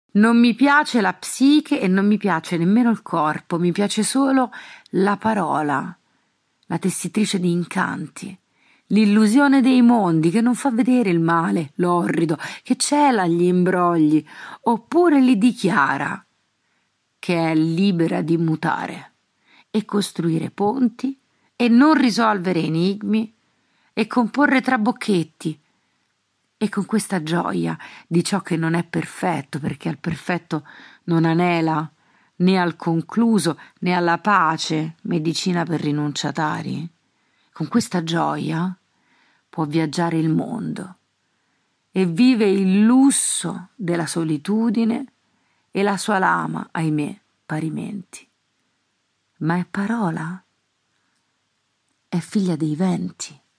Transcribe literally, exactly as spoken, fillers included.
Non mi piace la psiche e non mi piace nemmeno il corpo, mi piace solo la parola, la tessitrice di incanti, l'illusione dei mondi che non fa vedere il male, l'orrido, che cela gli imbrogli, oppure li dichiara, che è libera di mutare e costruire ponti e non risolvere enigmi e comporre trabocchetti. E con questa gioia di ciò che non è perfetto, perché al perfetto non anela né al concluso né alla pace, medicina per rinunciatari, con questa gioia può viaggiare il mondo e vive il lusso della solitudine e la sua lama, ahimè, parimenti. Ma è parola, è figlia dei venti.